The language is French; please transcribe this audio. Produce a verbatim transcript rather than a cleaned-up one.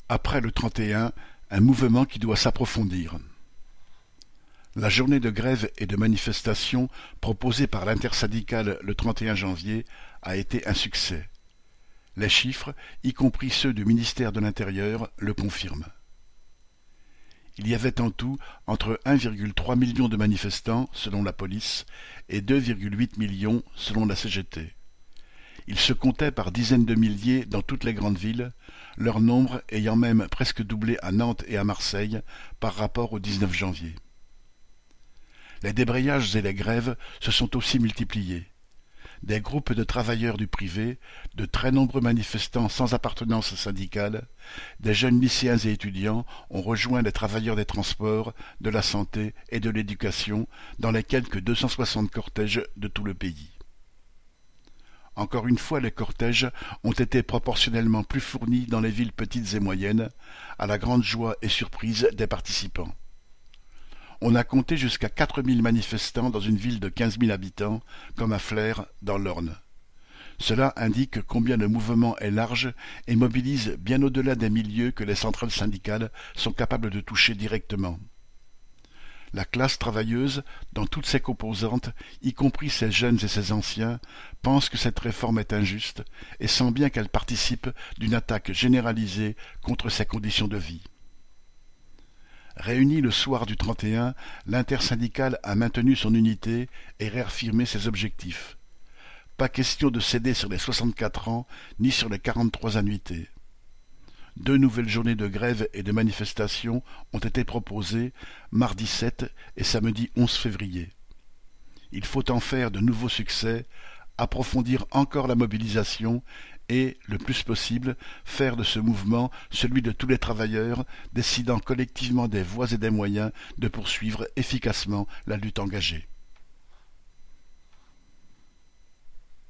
Après le trente et un, un mouvement qui doit s'approfondir. La journée de grève et de manifestation proposée par l'intersyndicale le trente et un janvier a été un succès. Les chiffres, y compris ceux du ministère de l'Intérieur, le confirment. Il y avait en tout entre un virgule trois million de manifestants, selon la police, et deux virgule huit millions, selon la C G T. Ils se comptaient par dizaines de milliers dans toutes les grandes villes, leur nombre ayant même presque doublé à Nantes et à Marseille par rapport au dix-neuf janvier. Les débrayages et les grèves se sont aussi multipliés. Des groupes de travailleurs du privé, de très nombreux manifestants sans appartenance syndicale, des jeunes lycéens et étudiants ont rejoint les travailleurs des transports, de la santé et de l'éducation dans les quelques deux cent soixante cortèges de tout le pays. Encore une fois, les cortèges ont été proportionnellement plus fournis dans les villes petites et moyennes, à la grande joie et surprise des participants. On a compté jusqu'à quatre mille manifestants dans une ville de quinze mille habitants, comme à Flers, dans l'Orne. Cela indique combien le mouvement est large et mobilise bien au-delà des milieux que les centrales syndicales sont capables de toucher directement. La classe travailleuse, dans toutes ses composantes, y compris ses jeunes et ses anciens, pense que cette réforme est injuste et sent bien qu'elle participe d'une attaque généralisée contre ses conditions de vie. Réunie le soir du trente et un, l'intersyndicale a maintenu son unité et réaffirmé ses objectifs. Pas question de céder sur les soixante-quatre ans ni sur les quarante-trois annuités. Deux nouvelles journées de grève et de manifestation ont été proposées, mardi sept et samedi onze février. Il faut en faire de nouveaux succès, approfondir encore la mobilisation et, le plus possible, faire de ce mouvement celui de tous les travailleurs, décidant collectivement des voies et des moyens de poursuivre efficacement la lutte engagée.